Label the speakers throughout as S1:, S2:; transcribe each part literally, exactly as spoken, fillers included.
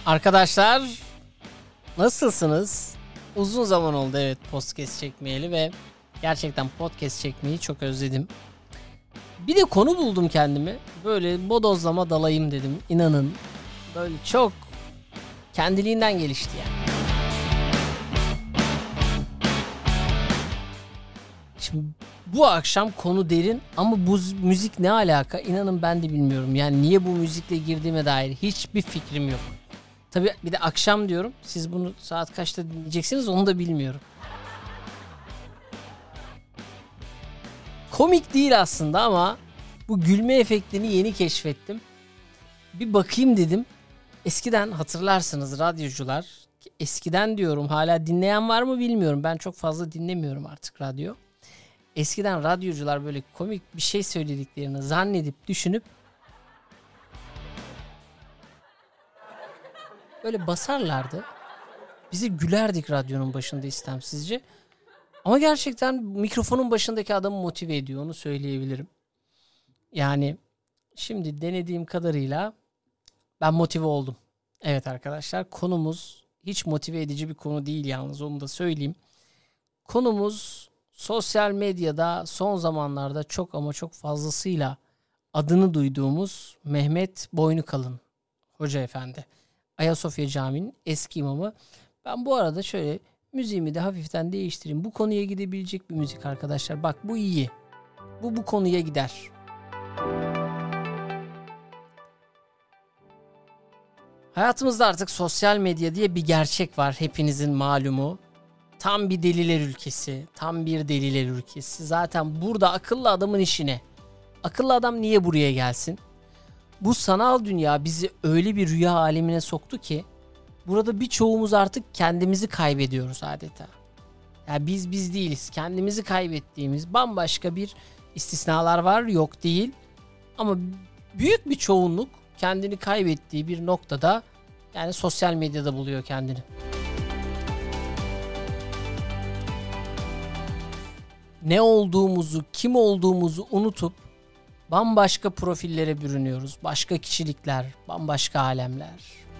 S1: Arkadaşlar nasılsınız? Uzun zaman oldu evet podcast çekmeyeli ve gerçekten podcast çekmeyi çok özledim. Bir de konu buldum kendimi. Böyle bodozlama dalayım dedim. İnanın böyle çok kendiliğinden gelişti yani. Şimdi bu akşam konu derin ama bu müzik ne alaka? İnanın ben de bilmiyorum. Yani niye bu müzikle girdiğime dair hiçbir fikrim yok. Tabii bir de akşam diyorum. Siz bunu saat kaçta dinleyeceksiniz onu da bilmiyorum. Komik değil aslında ama bu gülme efektini yeni keşfettim. Bir bakayım dedim. Eskiden hatırlarsınız radyocular. Eskiden diyorum, hala dinleyen var mı bilmiyorum. Ben çok fazla dinlemiyorum artık radyo. Eskiden radyocular böyle komik bir şey söylediklerini zannedip düşünüp böyle basarlardı. Bizi gülerdik radyonun başında istemsizce. Ama gerçekten mikrofonun başındaki adamı motive ediyor, onu söyleyebilirim. Yani şimdi denediğim kadarıyla ben motive oldum. Evet arkadaşlar, konumuz hiç motive edici bir konu değil yalnız, onu da söyleyeyim. Konumuz sosyal medyada son zamanlarda çok ama çok fazlasıyla adını duyduğumuz Mehmet Boynukalın Hoca Efendi. Ayasofya Camii'nin eski imamı. Ben bu arada şöyle müziğimi de hafiften değiştireyim. Bu konuya gidebilecek bir müzik arkadaşlar. Bak bu iyi. Bu bu konuya gider. Hayatımızda artık sosyal medya diye bir gerçek var. Hepinizin malumu. Tam bir deliler ülkesi. Tam bir deliler ülkesi. Zaten burada akıllı adamın işine. Akıllı adam niye buraya gelsin? Bu sanal dünya bizi öyle bir rüya alemine soktu ki burada birçoğumuz artık kendimizi kaybediyoruz adeta. Yani biz biz değiliz. Kendimizi kaybettiğimiz bambaşka bir, istisnalar var yok değil. Ama büyük bir çoğunluk kendini kaybettiği bir noktada, yani sosyal medyada buluyor kendini. Ne olduğumuzu, kim olduğumuzu unutup bambaşka profillere bürünüyoruz. Başka kişilikler, bambaşka alemler.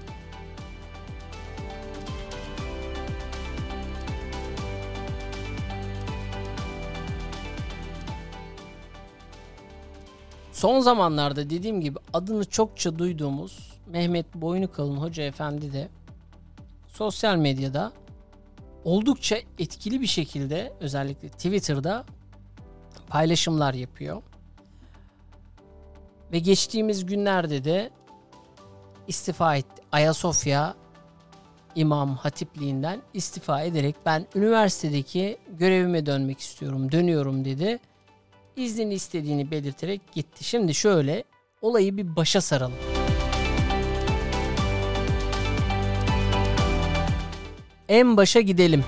S1: Son zamanlarda dediğim gibi adını çokça duyduğumuz Mehmet Boynukalın Hoca Efendi de sosyal medyada oldukça etkili bir şekilde, özellikle Twitter'da paylaşımlar yapıyor. Ve geçtiğimiz günlerde de istifa etti. Ayasofya İmam Hatipliğinden istifa ederek ben üniversitedeki görevime dönmek istiyorum, dönüyorum dedi. İznini istediğini belirterek gitti. Şimdi şöyle olayı bir başa saralım. En başa gidelim.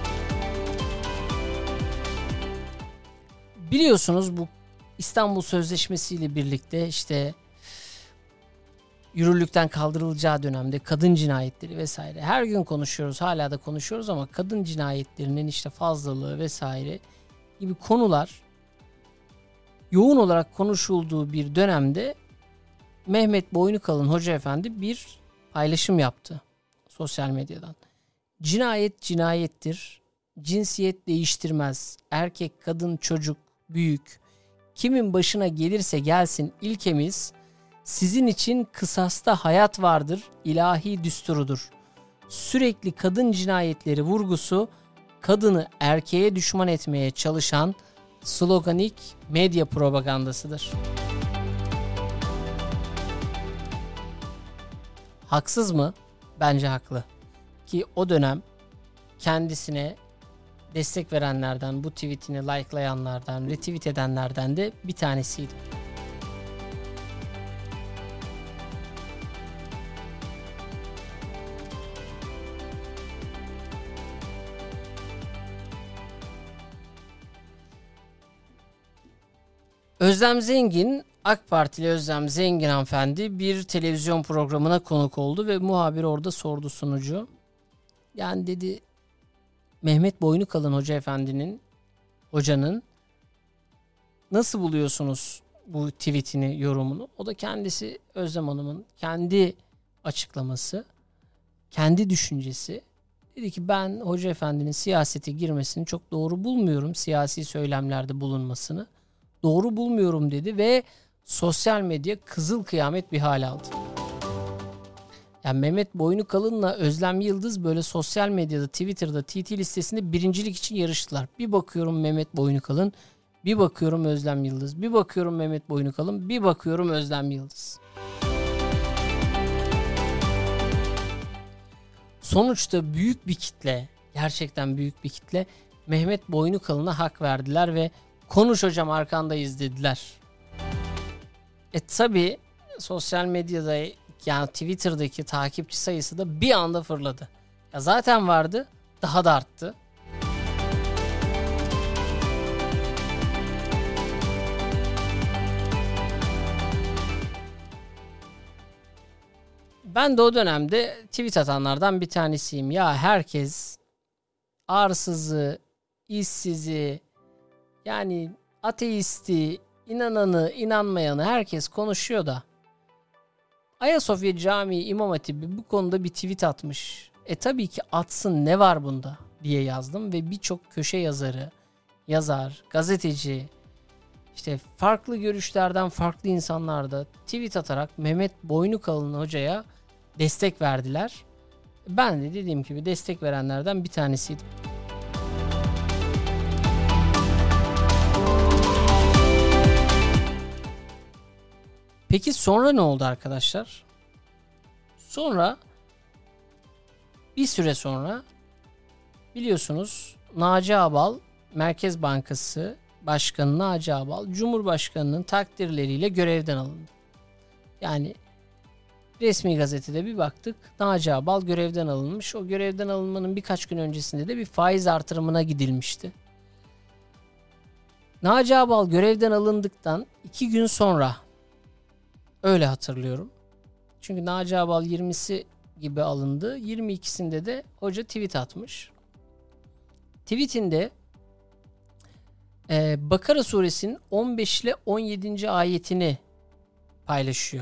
S1: Biliyorsunuz bu İstanbul Sözleşmesi ile birlikte işte yürürlükten kaldırılacağı dönemde kadın cinayetleri vesaire her gün konuşuyoruz, hala da konuşuyoruz ama kadın cinayetlerinin işte fazlalığı vesaire gibi konular yoğun olarak konuşulduğu bir dönemde Mehmet Boynukalın Hoca Efendi bir paylaşım yaptı sosyal medyadan. Cinayet cinayettir, cinsiyet değiştirmez, erkek, kadın, çocuk, büyük, kimin başına gelirse gelsin ilkemiz, sizin için kısasta hayat vardır, ilahi düsturudur. Sürekli kadın cinayetleri vurgusu, kadını erkeğe düşman etmeye çalışan sloganik medya propagandasıdır. Haksız mı? Bence haklı. Ki o dönem kendisine destek verenlerden, bu tweetini likelayanlardan, retweet edenlerden de bir tanesiydim. Özlem Zengin, AK Partili Özlem Zengin hanımefendi bir televizyon programına konuk oldu ve muhabir orada sordu sunucu. Yani dedi, Mehmet Boynukalın Hoca Efendi'nin, hocanın nasıl buluyorsunuz bu tweetini, yorumunu? O da kendisi, Özlem Hanım'ın kendi açıklaması. kendi düşüncesi. Dedi ki ben Hoca Efendi'nin siyasete girmesini çok doğru bulmuyorum. Siyasi söylemlerde bulunmasını doğru bulmuyorum dedi ve sosyal medya kızıl kıyamet bir hal aldı. Yani Mehmet Boynukalın'la Özlem Yıldız böyle sosyal medyada, Twitter'da, T T listesinde birincilik için yarıştılar. Bir bakıyorum Mehmet Boynukalın, bir bakıyorum Özlem Yıldız, bir bakıyorum Mehmet Boynukalın, bir bakıyorum Özlem Yıldız. Sonuçta büyük bir kitle, gerçekten büyük bir kitle Mehmet Boynukalın'a hak verdiler ve konuş hocam arkandayız dediler. E tabi sosyal medyada, yani Twitter'daki takipçi sayısı da bir anda fırladı. Ya zaten vardı, daha da arttı. Ben de o dönemde tweet atanlardan bir tanesiyim. Ya herkes arsızı, işsizi, yani ateisti, inananı, inanmayanı herkes konuşuyor da Ayasofya Camii İmam Hatibi bu konuda bir tweet atmış. E tabii ki atsın, ne var bunda diye yazdım ve birçok köşe yazarı, yazar, gazeteci, işte farklı görüşlerden farklı insanlar da tweet atarak Mehmet Boynukalın hocaya destek verdiler. Ben de dediğim gibi destek verenlerden bir tanesiydim. Peki sonra ne oldu arkadaşlar? Sonra bir süre sonra biliyorsunuz Naci Ağbal, Merkez Bankası Başkanı Naci Ağbal, Cumhurbaşkanı'nın takdirleriyle görevden alındı. Yani resmi gazetede bir baktık, Naci Ağbal görevden alınmış. O görevden alınmanın birkaç gün öncesinde de bir faiz artırımına gidilmişti. Naci Ağbal görevden alındıktan iki gün sonra, öyle hatırlıyorum. Çünkü Naci Ağbal yirmisi gibi alındı. yirmi ikisinde de hoca tweet atmış. Tweetinde e, Bakara suresinin on beş ile on yedinci ayetini paylaşıyor.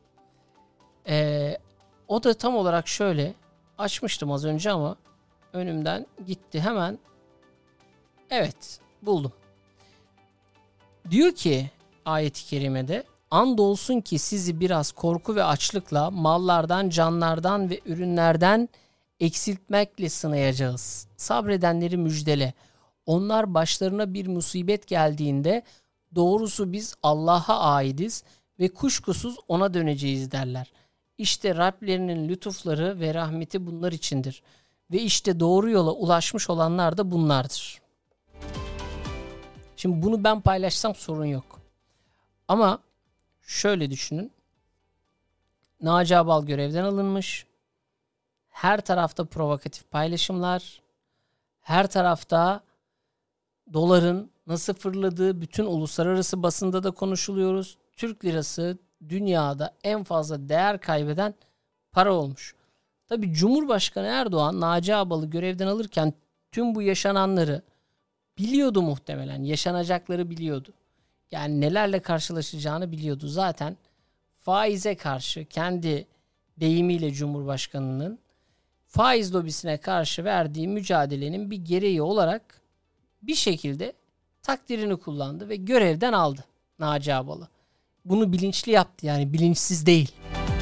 S1: E, o da tam olarak şöyle, açmıştım az önce ama önümden gitti hemen. Evet, buldum. Diyor ki ayet-i kerimede, andolsun ki sizi biraz korku ve açlıkla, mallardan, canlardan ve ürünlerden eksiltmekle sınayacağız. Sabredenleri müjdele. Onlar başlarına bir musibet geldiğinde doğrusu biz Allah'a aidiz ve kuşkusuz ona döneceğiz derler. İşte Rablerinin lütufları ve rahmeti bunlar içindir. Ve işte doğru yola ulaşmış olanlar da bunlardır. Şimdi bunu ben paylaşsam sorun yok. Ama şöyle düşünün. Naci Ağbal görevden alınmış. Her tarafta provokatif paylaşımlar. Her tarafta doların nasıl fırladığı bütün uluslararası basında da konuşuluyoruz. Türk lirası dünyada en fazla değer kaybeden para olmuş. Tabii Cumhurbaşkanı Erdoğan Naci Ağbal'ı görevden alırken tüm bu yaşananları biliyordu muhtemelen. Yaşanacakları biliyordu. Yani nelerle karşılaşacağını biliyordu. Zaten faize karşı kendi deyimiyle Cumhurbaşkanı'nın faiz lobisine karşı verdiği mücadelenin bir gereği olarak bir şekilde takdirini kullandı ve görevden aldı Naci Ağbal'ı. Bunu bilinçli yaptı, yani bilinçsiz değil.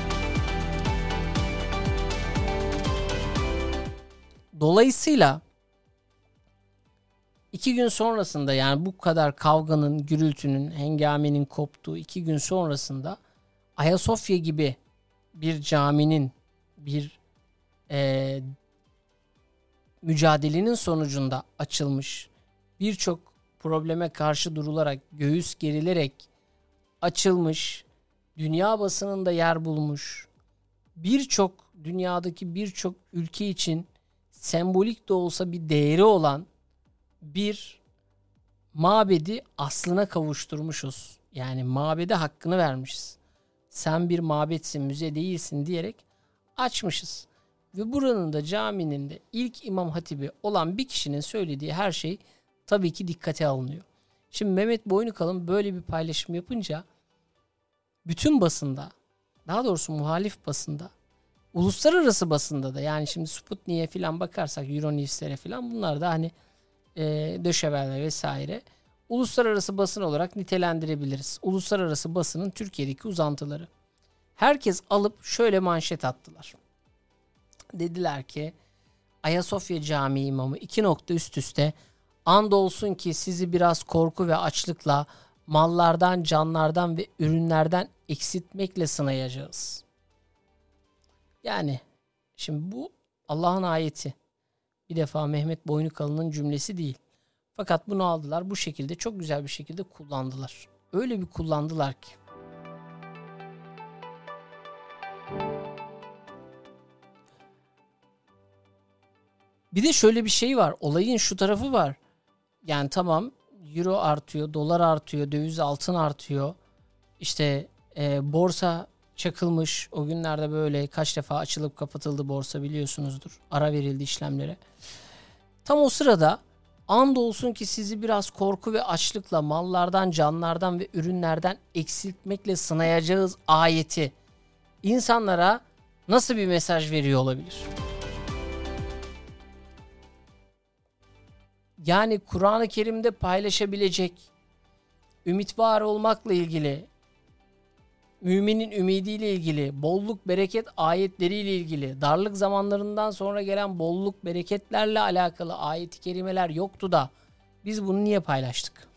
S1: Dolayısıyla iki gün sonrasında, yani bu kadar kavganın, gürültünün, hengamenin koptuğu iki gün sonrasında Ayasofya gibi bir caminin, bir e, mücadelenin sonucunda açılmış, birçok probleme karşı durularak, göğüs gerilerek açılmış, dünya basınında yer bulmuş, birçok dünyadaki birçok ülke için sembolik de olsa bir değeri olan bir mabedi aslına kavuşturmuşuz. Yani mabede hakkını vermişiz. Sen bir mabetsin, müze değilsin diyerek açmışız. Ve buranın da caminin de ilk İmam Hatibi olan bir kişinin söylediği her şey tabii ki dikkate alınıyor. Şimdi Mehmet Boynukalın böyle bir paylaşım yapınca bütün basında, daha doğrusu muhalif basında Uluslararası basında da, yani şimdi Sputnik'e falan bakarsak, Euronews'lere falan, bunlar da hani e, Döşever'le vesaire uluslararası basın olarak nitelendirebiliriz. Uluslararası basının Türkiye'deki uzantıları. Herkes alıp şöyle manşet attılar. Dediler ki Ayasofya Camii imamı iki nokta üst üste andolsun ki sizi biraz korku ve açlıkla mallardan, canlardan ve ürünlerden eksiltmekle sınayacağız. Yani şimdi bu Allah'ın ayeti. Bir defa Mehmet Boynukalın'ın cümlesi değil. Fakat bunu aldılar, bu şekilde çok güzel bir şekilde kullandılar. Öyle bir kullandılar ki. Bir de şöyle bir şey var. Olayın şu tarafı var. Yani tamam, euro artıyor, dolar artıyor, döviz altın artıyor. İşte e, borsa çakılmış. O günlerde böyle kaç defa açılıp kapatıldı borsa, biliyorsunuzdur. Ara verildi işlemlere. Tam o sırada andolsun ki sizi biraz korku ve açlıkla mallardan, canlardan ve ürünlerden eksiltmekle sınayacağız ayeti insanlara nasıl bir mesaj veriyor olabilir? Yani Kur'an-ı Kerim'de paylaşabilecek, ümit var olmakla ilgili, müminin ümidiyle ilgili, bolluk bereket ayetleriyle ilgili, darlık zamanlarından sonra gelen bolluk bereketlerle alakalı ayet-i kerimeler yoktu da biz bunu niye paylaştık?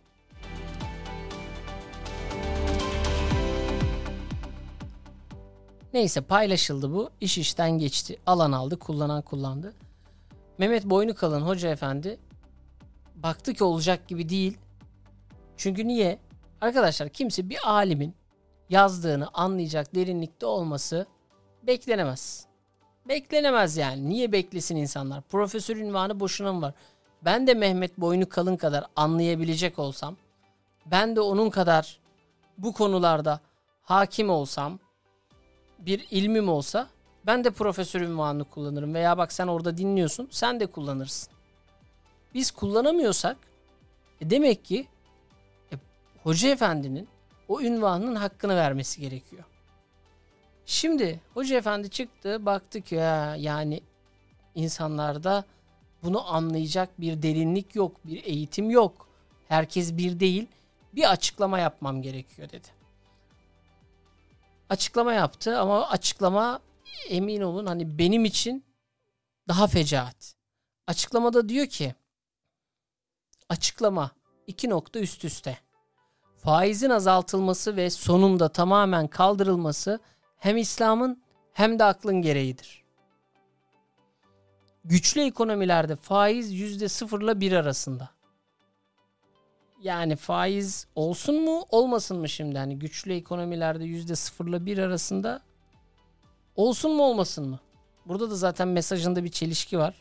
S1: Neyse, paylaşıldı bu. İş işten geçti. Alan aldı, kullanan kullandı. Mehmet Boynukalın Hoca Efendi baktı ki olacak gibi değil. Çünkü niye? Arkadaşlar, kimse bir alimin yazdığını anlayacak derinlikte olması beklenemez. Beklenemez yani. Niye beklesin insanlar? Profesör ünvanı boşuna mı var? Ben de Mehmet Boynukalın kadar anlayabilecek olsam, ben de onun kadar bu konularda hakim olsam, bir ilmim olsa, ben de profesör ünvanını kullanırım. Veya bak sen orada dinliyorsun, sen de kullanırsın. Biz kullanamıyorsak e demek ki e, Hoca Efendi'nin o ünvanın hakkını vermesi gerekiyor. Şimdi Hoca Efendi çıktı, baktı ki ya, yani insanlarda bunu anlayacak bir derinlik yok, bir eğitim yok. Herkes bir değil, bir açıklama yapmam gerekiyor dedi. Açıklama yaptı ama açıklama, emin olun, hani benim için daha fecaat. Açıklamada diyor ki, açıklama iki nokta üst üste. Faizin azaltılması ve sonunda tamamen kaldırılması hem İslam'ın hem de aklın gereğidir. Güçlü ekonomilerde faiz yüzde sıfırla bir arasında. Yani faiz olsun mu olmasın mı şimdi? Hani güçlü ekonomilerde yüzde sıfırla bir arasında olsun mu olmasın mı? Burada da zaten mesajında bir çelişki var.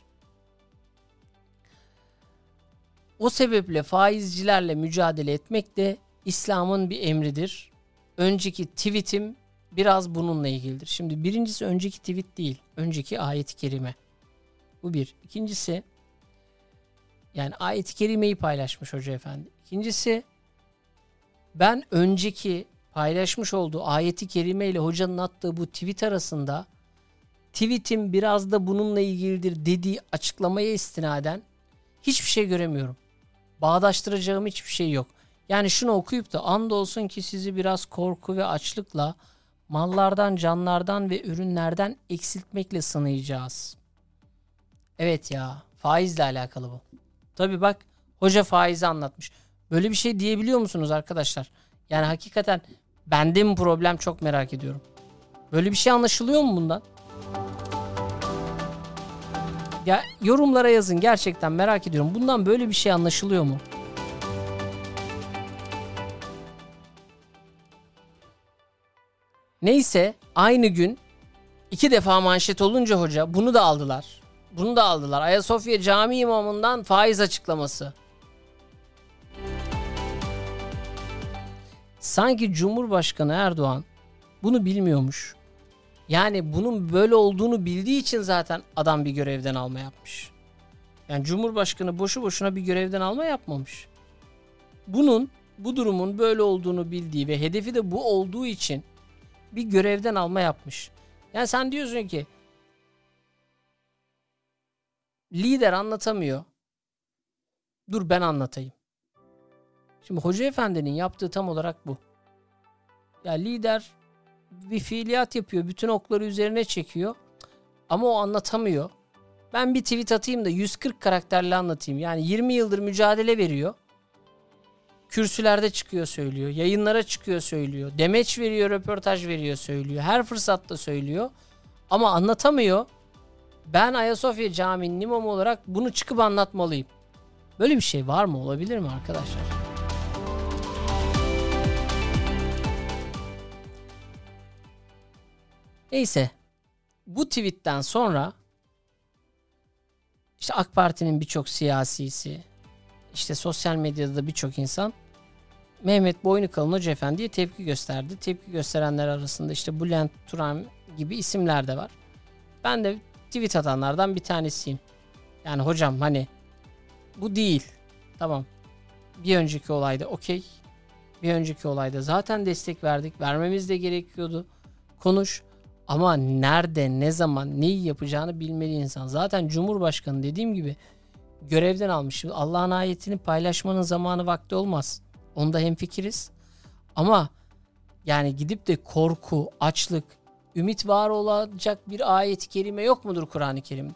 S1: O sebeple faizcilerle mücadele etmek de İslam'ın bir emridir. Önceki tweetim biraz bununla ilgilidir. Şimdi birincisi önceki tweet değil, önceki ayet-i kerime. Bu bir. İkincisi, yani ayet-i kerimeyi paylaşmış Hoca Efendi. İkincisi, ben önceki paylaşmış olduğu ayet-i kerime ile hocanın attığı bu tweet arasında tweetim biraz da bununla ilgilidir dediği açıklamaya istinaden hiçbir şey göremiyorum. Bağdaştıracağım hiçbir şey yok. Yani şunu okuyup da andolsun ki sizi biraz korku ve açlıkla mallardan, canlardan ve ürünlerden eksiltmekle sınayacağız. Evet ya, faizle alakalı bu. Tabii bak, hoca faizi anlatmış. Böyle bir şey diyebiliyor musunuz arkadaşlar? Yani hakikaten bende mi problem, çok merak ediyorum. Böyle bir şey anlaşılıyor mu bundan? Ya yorumlara yazın, gerçekten merak ediyorum. Bundan böyle bir şey anlaşılıyor mu? Neyse, aynı gün iki defa manşet olunca hoca bunu da aldılar. Bunu da aldılar. Ayasofya Camii imamından faiz açıklaması. Sanki Cumhurbaşkanı Erdoğan bunu bilmiyormuş. Yani bunun böyle olduğunu bildiği için zaten adam bir görevden alma yapmış. Yani Cumhurbaşkanı boşu boşuna bir görevden alma yapmamış. Bunun, bu durumun böyle olduğunu bildiği ve hedefi de bu olduğu için bir görevden alma yapmış. Yani sen diyorsun ki lider anlatamıyor. Dur ben anlatayım. Şimdi Hoca Efendi'nin yaptığı tam olarak bu. Ya lider bir fiiliyat yapıyor. Bütün okları üzerine çekiyor. Ama o anlatamıyor. Ben bir tweet atayım da yüz kırk karakterle anlatayım. Yani yirmi yıldır mücadele veriyor. Kürsülerde çıkıyor söylüyor. Yayınlara çıkıyor söylüyor. Demeç veriyor, röportaj veriyor söylüyor. Her fırsatta söylüyor. Ama anlatamıyor. Ben Ayasofya Camii'nin imamı olarak bunu çıkıp anlatmalıyım. Böyle bir şey var mı? Olabilir mi arkadaşlar? Neyse. Bu tweetten sonra işte AK Parti'nin birçok siyasisi, işte sosyal medyada da birçok insan Mehmet Boynukalın Hoca Efendi'ye tepki gösterdi. Tepki gösterenler arasında işte Bülent Turan gibi isimler de var. Ben de tweet atanlardan bir tanesiyim. Yani hocam hani bu değil. Tamam. Bir önceki olayda okey. Bir önceki olayda zaten destek verdik. Vermemiz de gerekiyordu. Konuş. Ama nerede, ne zaman, neyi yapacağını bilmeli insan. Zaten Cumhurbaşkanı dediğim gibi görevden almış. Allah'ın ayetini paylaşmanın zamanı vakti olmaz. Onda hemfikiriz. Ama yani gidip de korku, açlık, ümit var olacak bir ayet-i kerime yok mudur Kur'an-ı Kerim'de?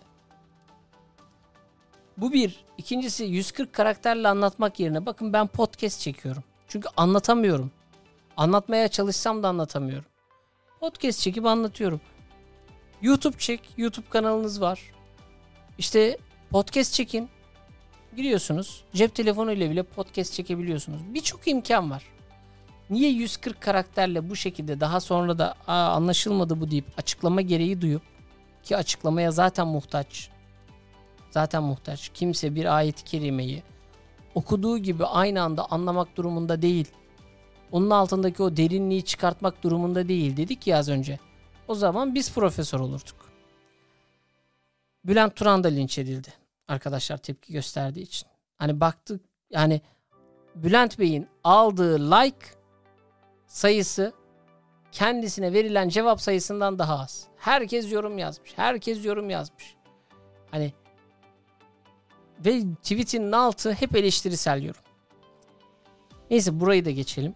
S1: Bu bir. İkincisi yüz kırk karakterle anlatmak yerine bakın ben podcast çekiyorum. Çünkü anlatamıyorum. Anlatmaya çalışsam da anlatamıyorum. Podcast çekip anlatıyorum. YouTube çek. YouTube kanalınız var. İşte podcast çekin. Giriyorsunuz. Cep telefonuyla bile podcast çekebiliyorsunuz. Birçok imkan var. Niye yüz kırk karakterle bu şekilde daha sonra da anlaşılmadı bu deyip açıklama gereği duyup, ki açıklamaya zaten muhtaç. Zaten muhtaç. Kimse bir ayet-i kerimeyi okuduğu gibi aynı anda anlamak durumunda değil. Onun altındaki o derinliği çıkartmak durumunda değil dedik ya az önce. O zaman biz profesör olurduk. Bülent Turan da linç edildi. Arkadaşlar tepki gösterdiği için. Hani baktık yani Bülent Bey'in aldığı like sayısı kendisine verilen cevap sayısından daha az. Herkes yorum yazmış. Herkes yorum yazmış. Hani ve tweetinin altı hep eleştirisel yorum. Neyse burayı da geçelim.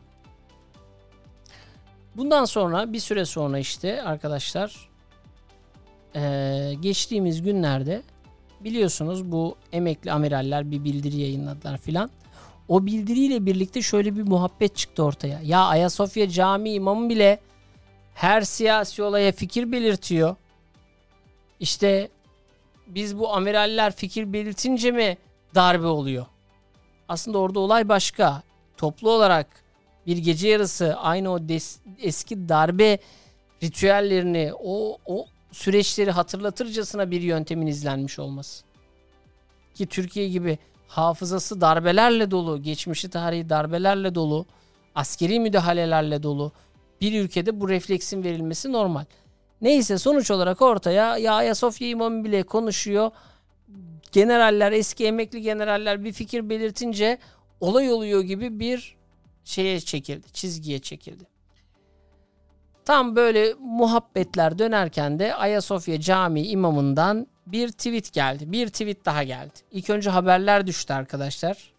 S1: Bundan sonra bir süre sonra işte arkadaşlar ee, geçtiğimiz günlerde biliyorsunuz bu emekli amiraller bir bildiri yayınladılar filan. O bildiriyle birlikte şöyle bir muhabbet çıktı ortaya. Ya Ayasofya Camii imamı bile her siyasi olaya fikir belirtiyor. İşte biz bu amiraller fikir belirtince mi darbe oluyor? Aslında orada olay başka. Toplu olarak bir gece yarısı aynı o des, eski darbe ritüellerini, o, o süreçleri hatırlatırcasına bir yöntemin izlenmiş olması. Ki Türkiye gibi hafızası darbelerle dolu, geçmişi tarihi darbelerle dolu, askeri müdahalelerle dolu bir ülkede bu refleksin verilmesi normal. Neyse sonuç olarak ortaya ya Ayasofya imamı bile konuşuyor. Generaller, eski emekli generaller bir fikir belirtince olay oluyor gibi bir şeye çekildi, çizgiye çekildi. Tam böyle muhabbetler dönerken de Ayasofya Camii imamından bir tweet geldi. Bir tweet daha geldi. İlk önce haberler düştü arkadaşlar.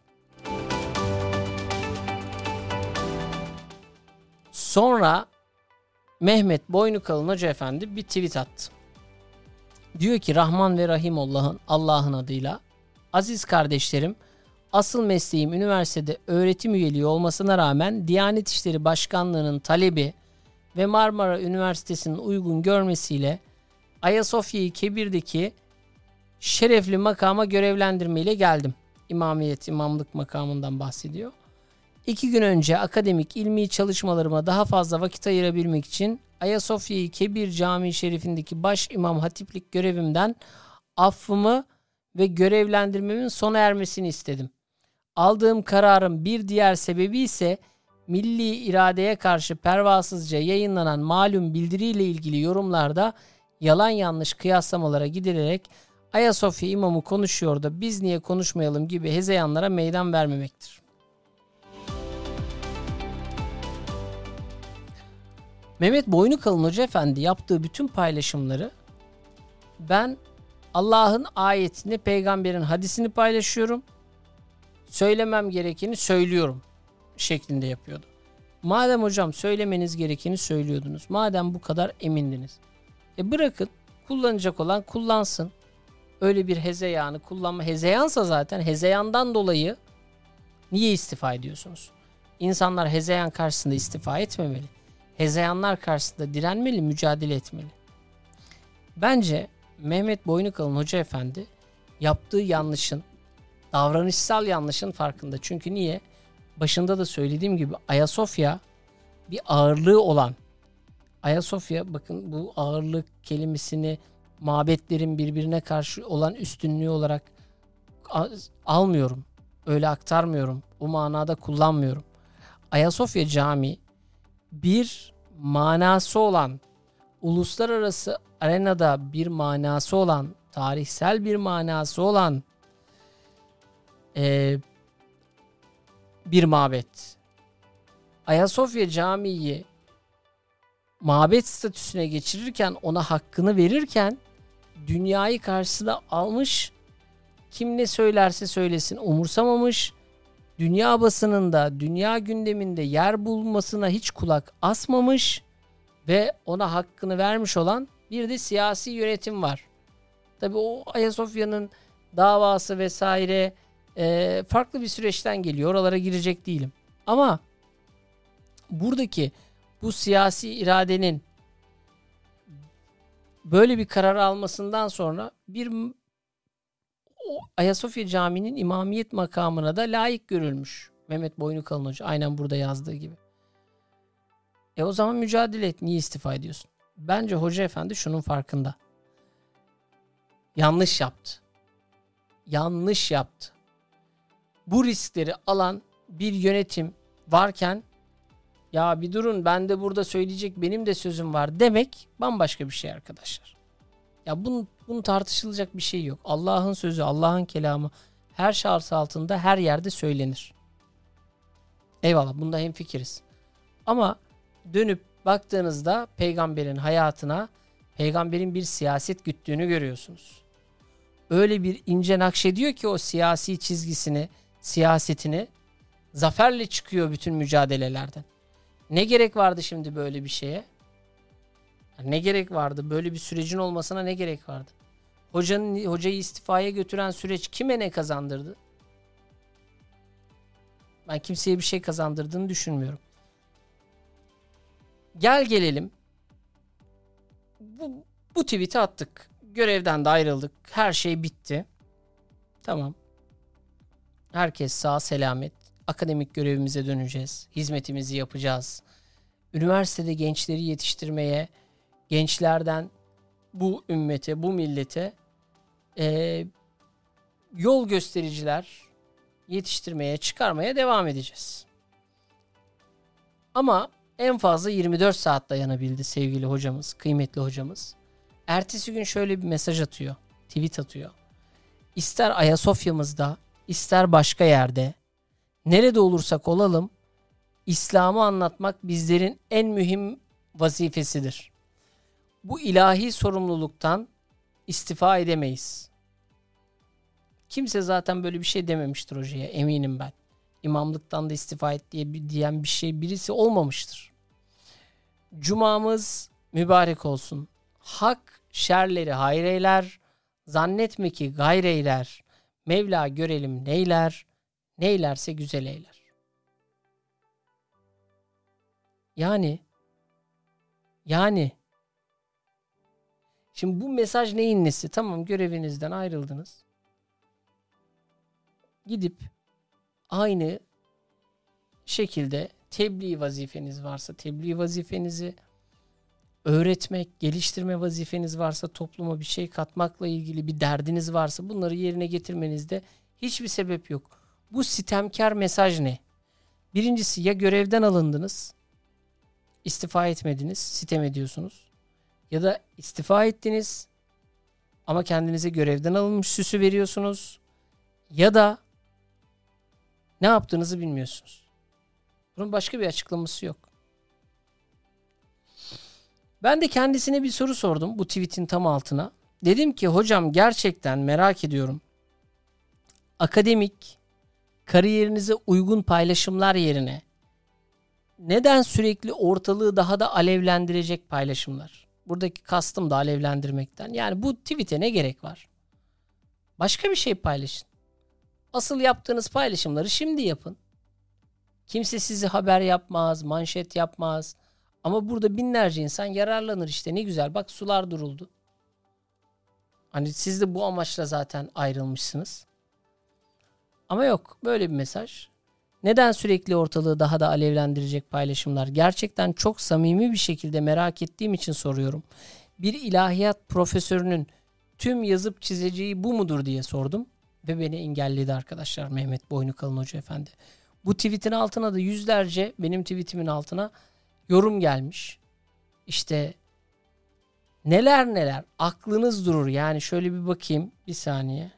S1: Sonra Mehmet Boynukalın Hoca Efendi bir tweet attı. Diyor ki Rahman ve Rahim Allah'ın Allah'ın adıyla aziz kardeşlerim, asıl mesleğim üniversitede öğretim üyeliği olmasına rağmen Diyanet İşleri Başkanlığı'nın talebi ve Marmara Üniversitesi'nin uygun görmesiyle Ayasofya-i Kebir'deki şerefli makama görevlendirmeyle geldim. İmamiyet, imamlık makamından bahsediyor. İki gün önce akademik ilmi çalışmalarıma daha fazla vakit ayırabilmek için Ayasofya-i Kebir Camii Şerifindeki baş imam hatiplik görevimden affımı ve görevlendirmemin sona ermesini istedim. Aldığım kararın bir diğer sebebi ise milli iradeye karşı pervasızca yayınlanan malum bildiriyle ilgili yorumlarda yalan yanlış kıyaslamalara gidilerek Ayasofya imamı konuşuyor da biz niye konuşmayalım gibi hezeyanlara meydan vermemektir. Mehmet Boynukalın Hoca Efendi yaptığı bütün paylaşımları ben Allah'ın ayetini, peygamberin hadisini paylaşıyorum. Söylemem gerekeni söylüyorum şeklinde yapıyordu. Madem hocam söylemeniz gerekeni söylüyordunuz. Madem bu kadar emindiniz. E bırakın kullanacak olan kullansın. Öyle bir hezeyanı kullanma. Hezeyansa zaten hezeyandan dolayı niye istifa ediyorsunuz? İnsanlar hezeyan karşısında istifa etmemeli. Hezeyanlar karşısında direnmeli, mücadele etmeli. Bence Mehmet Boynukalın Hoca Efendi yaptığı yanlışın, davranışsal yanlışın farkında. Çünkü niye? Başında da söylediğim gibi Ayasofya bir ağırlığı olan, Ayasofya bakın bu ağırlık kelimesini mabetlerin birbirine karşı olan üstünlüğü olarak almıyorum. Öyle aktarmıyorum. Bu manada kullanmıyorum. Ayasofya Camii bir manası olan, uluslararası arenada bir manası olan, tarihsel bir manası olan e, bir mabet. Ayasofya Camii'yi mabet statüsüne geçirirken, ona hakkını verirken dünyayı karşısına almış, kim ne söylerse söylesin umursamamış, dünya basınında, dünya gündeminde yer bulmasına hiç kulak asmamış ve ona hakkını vermiş olan bir de siyasi yönetim var. Tabii o Ayasofya'nın davası vesaire e, farklı bir süreçten geliyor. Oralara girecek değilim. Ama buradaki bu siyasi iradenin böyle bir karar almasından sonra bir o Ayasofya Camii'nin imamiyet makamına da layık görülmüş. Mehmet Boynukalın Hoca aynen burada yazdığı gibi. E o zaman mücadele et. Niye istifa ediyorsun? Bence Hoca Efendi şunun farkında. Yanlış yaptı. Yanlış yaptı. Bu riskleri alan bir yönetim varken ya bir durun ben de burada söyleyecek benim de sözüm var demek bambaşka bir şey arkadaşlar. Ya bunun, bunun tartışılacak bir şey yok. Allah'ın sözü, Allah'ın kelamı her şart altında her yerde söylenir. Eyvallah bunda hemfikiriz. Ama dönüp baktığınızda peygamberin hayatına, peygamberin bir siyaset güttüğünü görüyorsunuz. Öyle bir ince nakşediyor ki o siyasi çizgisini, siyasetini zaferle çıkıyor bütün mücadelelerden. Ne gerek vardı şimdi böyle bir şeye? Ne gerek vardı? Böyle bir sürecin olmasına ne gerek vardı? Hocanın hocayı istifaya götüren süreç kime ne kazandırdı? Ben kimseye bir şey kazandırdığını düşünmüyorum. Gel gelelim. Bu, bu tweet'i attık. Görevden de ayrıldık. Her şey bitti. Tamam. Herkes sağ selamet. Akademik görevimize döneceğiz. Hizmetimizi yapacağız. Üniversitede gençleri yetiştirmeye, gençlerden bu ümmete, bu millete e, yol göstericiler yetiştirmeye, çıkarmaya devam edeceğiz. Ama en fazla yirmi dört saat dayanabildi sevgili hocamız, kıymetli hocamız. Ertesi gün şöyle bir mesaj atıyor, tweet atıyor. İster Ayasofya'mızda, ister başka yerde, nerede olursak olalım, İslam'ı anlatmak bizlerin en mühim vazifesidir. Bu ilahi sorumluluktan istifa edemeyiz. Kimse zaten böyle bir şey dememiştir hocaya, eminim ben. İmamlıktan da istifa et diye bir, diyen bir şey birisi olmamıştır. Cumamız mübarek olsun. Hak şerleri hayreyler, zannetme ki gayreyler. Mevla görelim neyler, neylerse güzel eyler. Yani, yani, şimdi bu mesaj neyin nesi? Tamam görevinizden ayrıldınız. Gidip aynı şekilde tebliğ vazifeniz varsa tebliğ vazifenizi öğretmek, geliştirme vazifeniz varsa topluma bir şey katmakla ilgili bir derdiniz varsa bunları yerine getirmenizde hiçbir sebep yok. Bu sitemkar mesaj ne? Birincisi ya görevden alındınız, istifa etmediniz, sitem ediyorsunuz. Ya da istifa ettiniz ama kendinize görevden alınmış süsü veriyorsunuz. Ya da ne yaptığınızı bilmiyorsunuz. Bunun başka bir açıklaması yok. Ben de kendisine bir soru sordum bu tweetin tam altına. Dedim ki hocam gerçekten merak ediyorum. Akademik, kariyerinize uygun paylaşımlar yerine neden sürekli ortalığı daha da alevlendirecek paylaşımlar? Buradaki kastım da alevlendirmekten. Yani bu tweet'e ne gerek var? Başka bir şey paylaşın. Asıl yaptığınız paylaşımları şimdi yapın. Kimse sizi haber yapmaz, manşet yapmaz. Ama burada binlerce insan yararlanır işte. Ne güzel. Bak sular duruldu. Hani siz de bu amaçla zaten ayrılmışsınız. Ama yok. Böyle bir mesaj. Neden sürekli ortalığı daha da alevlendirecek paylaşımlar? Gerçekten çok samimi bir şekilde merak ettiğim için soruyorum. Bir ilahiyat profesörünün tüm yazıp çizeceği bu mudur diye sordum. Ve beni engelledi arkadaşlar Mehmet Boynukalın Hoca Efendi. Bu tweetin altına da yüzlerce benim tweetimin altına yorum gelmiş. İşte neler neler aklınız durur. Yani şöyle bir bakayım bir saniye.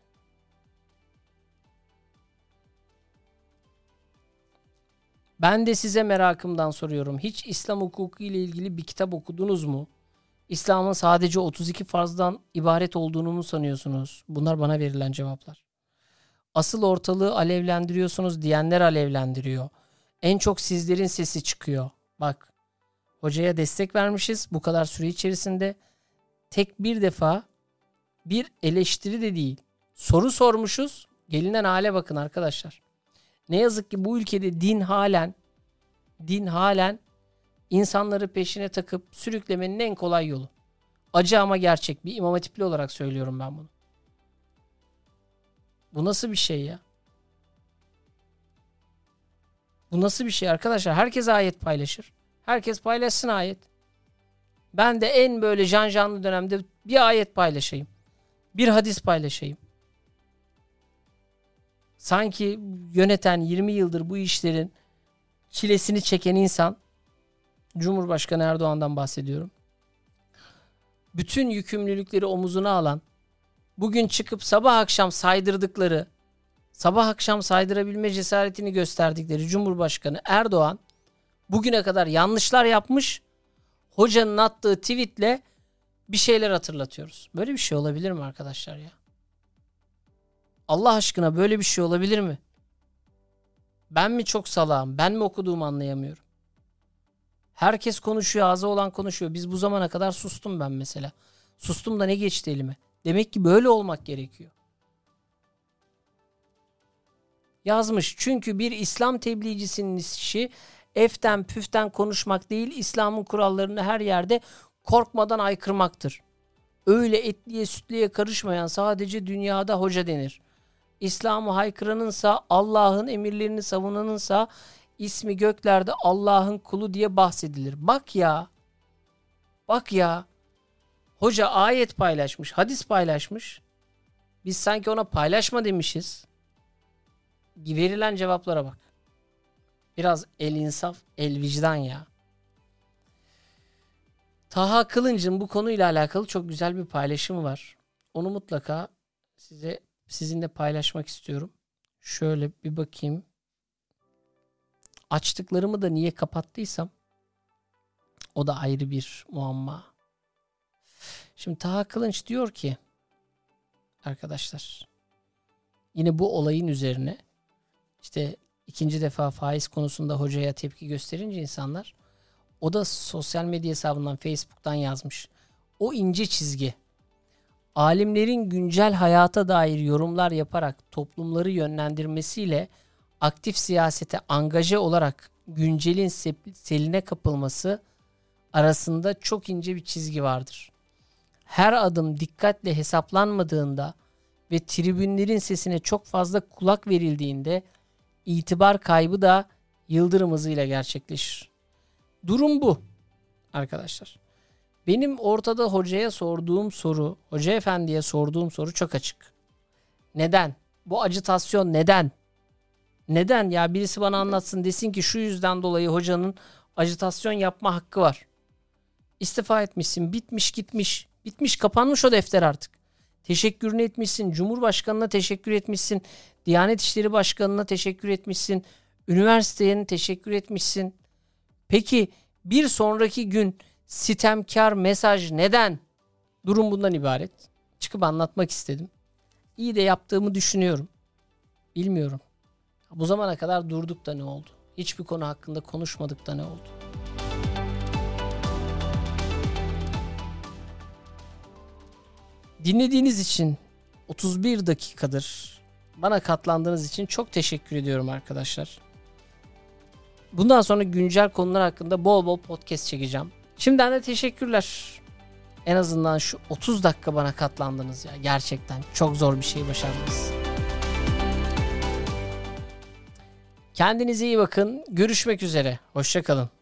S1: Ben de size merakımdan soruyorum. Hiç İslam hukuku ile ilgili bir kitap okudunuz mu? İslam'ın sadece otuz iki farzdan ibaret olduğunu mu sanıyorsunuz? Bunlar bana verilen cevaplar. Asıl ortalığı alevlendiriyorsunuz diyenler alevlendiriyor. En çok sizlerin sesi çıkıyor. Bak, hocaya destek vermişiz bu kadar süre içerisinde. Tek bir defa bir eleştiri de değil. Soru sormuşuz. Gelinen hale bakın arkadaşlar. Ne yazık ki bu ülkede din halen din halen insanları peşine takıp sürüklemenin en kolay yolu. Acı ama gerçek. Bir İmam Hatipli olarak söylüyorum ben bunu. Bu nasıl bir şey ya? Bu nasıl bir şey arkadaşlar? Herkes ayet paylaşır. Herkes paylaşsın ayet. Ben de en böyle can canlı dönemde bir ayet paylaşayım. Bir hadis paylaşayım. Sanki yöneten yirmi yıldır bu işlerin çilesini çeken insan, Cumhurbaşkanı Erdoğan'dan bahsediyorum. Bütün yükümlülükleri omuzuna alan, bugün çıkıp sabah akşam saydırdıkları, sabah akşam saydırabilme cesaretini gösterdikleri Cumhurbaşkanı Erdoğan bugüne kadar yanlışlar yapmış, hocanın attığı tweetle bir şeyler hatırlatıyoruz. Böyle bir şey olabilir mi arkadaşlar ya? Allah aşkına böyle bir şey olabilir mi? Ben mi çok salağım? Ben mi okuduğumu anlayamıyorum? Herkes konuşuyor, ağzı olan konuşuyor. Biz bu zamana kadar sustum ben mesela. Sustum da ne geçti elime? Demek ki böyle olmak gerekiyor. Yazmış. Çünkü bir İslam tebliğcisinin işi eften püften konuşmak değil, İslam'ın kurallarını her yerde korkmadan aykırmaktır. Öyle etliye sütlüye karışmayan sadece dünyada hoca denir. İslam'ı haykıranınsa, Allah'ın emirlerini savunanınsa ismi göklerde Allah'ın kulu diye bahsedilir. Bak ya. Bak ya. Hoca ayet paylaşmış, hadis paylaşmış. Biz sanki ona paylaşma demişiz. Verilen cevaplara bak. Biraz el insaf, el vicdan ya. Taha Kılınç'ın bu konuyla alakalı çok güzel bir paylaşımı var. Onu mutlaka size sizinle paylaşmak istiyorum. Şöyle bir bakayım. Açtıklarımı da niye kapattıysam o da ayrı bir muamma. Şimdi Taha Kılınç diyor ki arkadaşlar yine bu olayın üzerine işte ikinci defa faiz konusunda hocaya tepki gösterince insanlar o da sosyal medya hesabından Facebook'tan yazmış. O ince çizgi alimlerin güncel hayata dair yorumlar yaparak toplumları yönlendirmesiyle aktif siyasete angaje olarak güncelin seline kapılması arasında çok ince bir çizgi vardır. Her adım dikkatle hesaplanmadığında ve tribünlerin sesine çok fazla kulak verildiğinde itibar kaybı da yıldırım hızıyla gerçekleşir. Durum bu arkadaşlar. Benim ortada hocaya sorduğum soru, hoca efendiye sorduğum soru çok açık. Neden? Bu ajitasyon neden? Neden? Ya birisi bana anlatsın desin ki şu yüzden dolayı hocanın ajitasyon yapma hakkı var. İstifa etmişsin, bitmiş gitmiş, bitmiş kapanmış o defter artık. Teşekkürünü etmişsin, Cumhurbaşkanına teşekkür etmişsin, Diyanet İşleri Başkanına teşekkür etmişsin, üniversiteye teşekkür etmişsin. Peki bir sonraki gün sitemkar mesaj neden? Durum bundan ibaret. çıkıp anlatmak istedim. İyi de yaptığımı düşünüyorum. Bilmiyorum. Bu zamana kadar durduk da ne oldu? Hiçbir konu hakkında konuşmadık da ne oldu? Dinlediğiniz için otuz bir dakikadır bana katlandığınız için çok teşekkür ediyorum arkadaşlar. Bundan sonra güncel konular hakkında bol bol podcast çekeceğim. Şimdiden de teşekkürler. En azından şu otuz dakika bana katlandınız ya. Gerçekten çok zor bir şey başardınız. Kendinize iyi bakın. Görüşmek üzere. Hoşça kalın.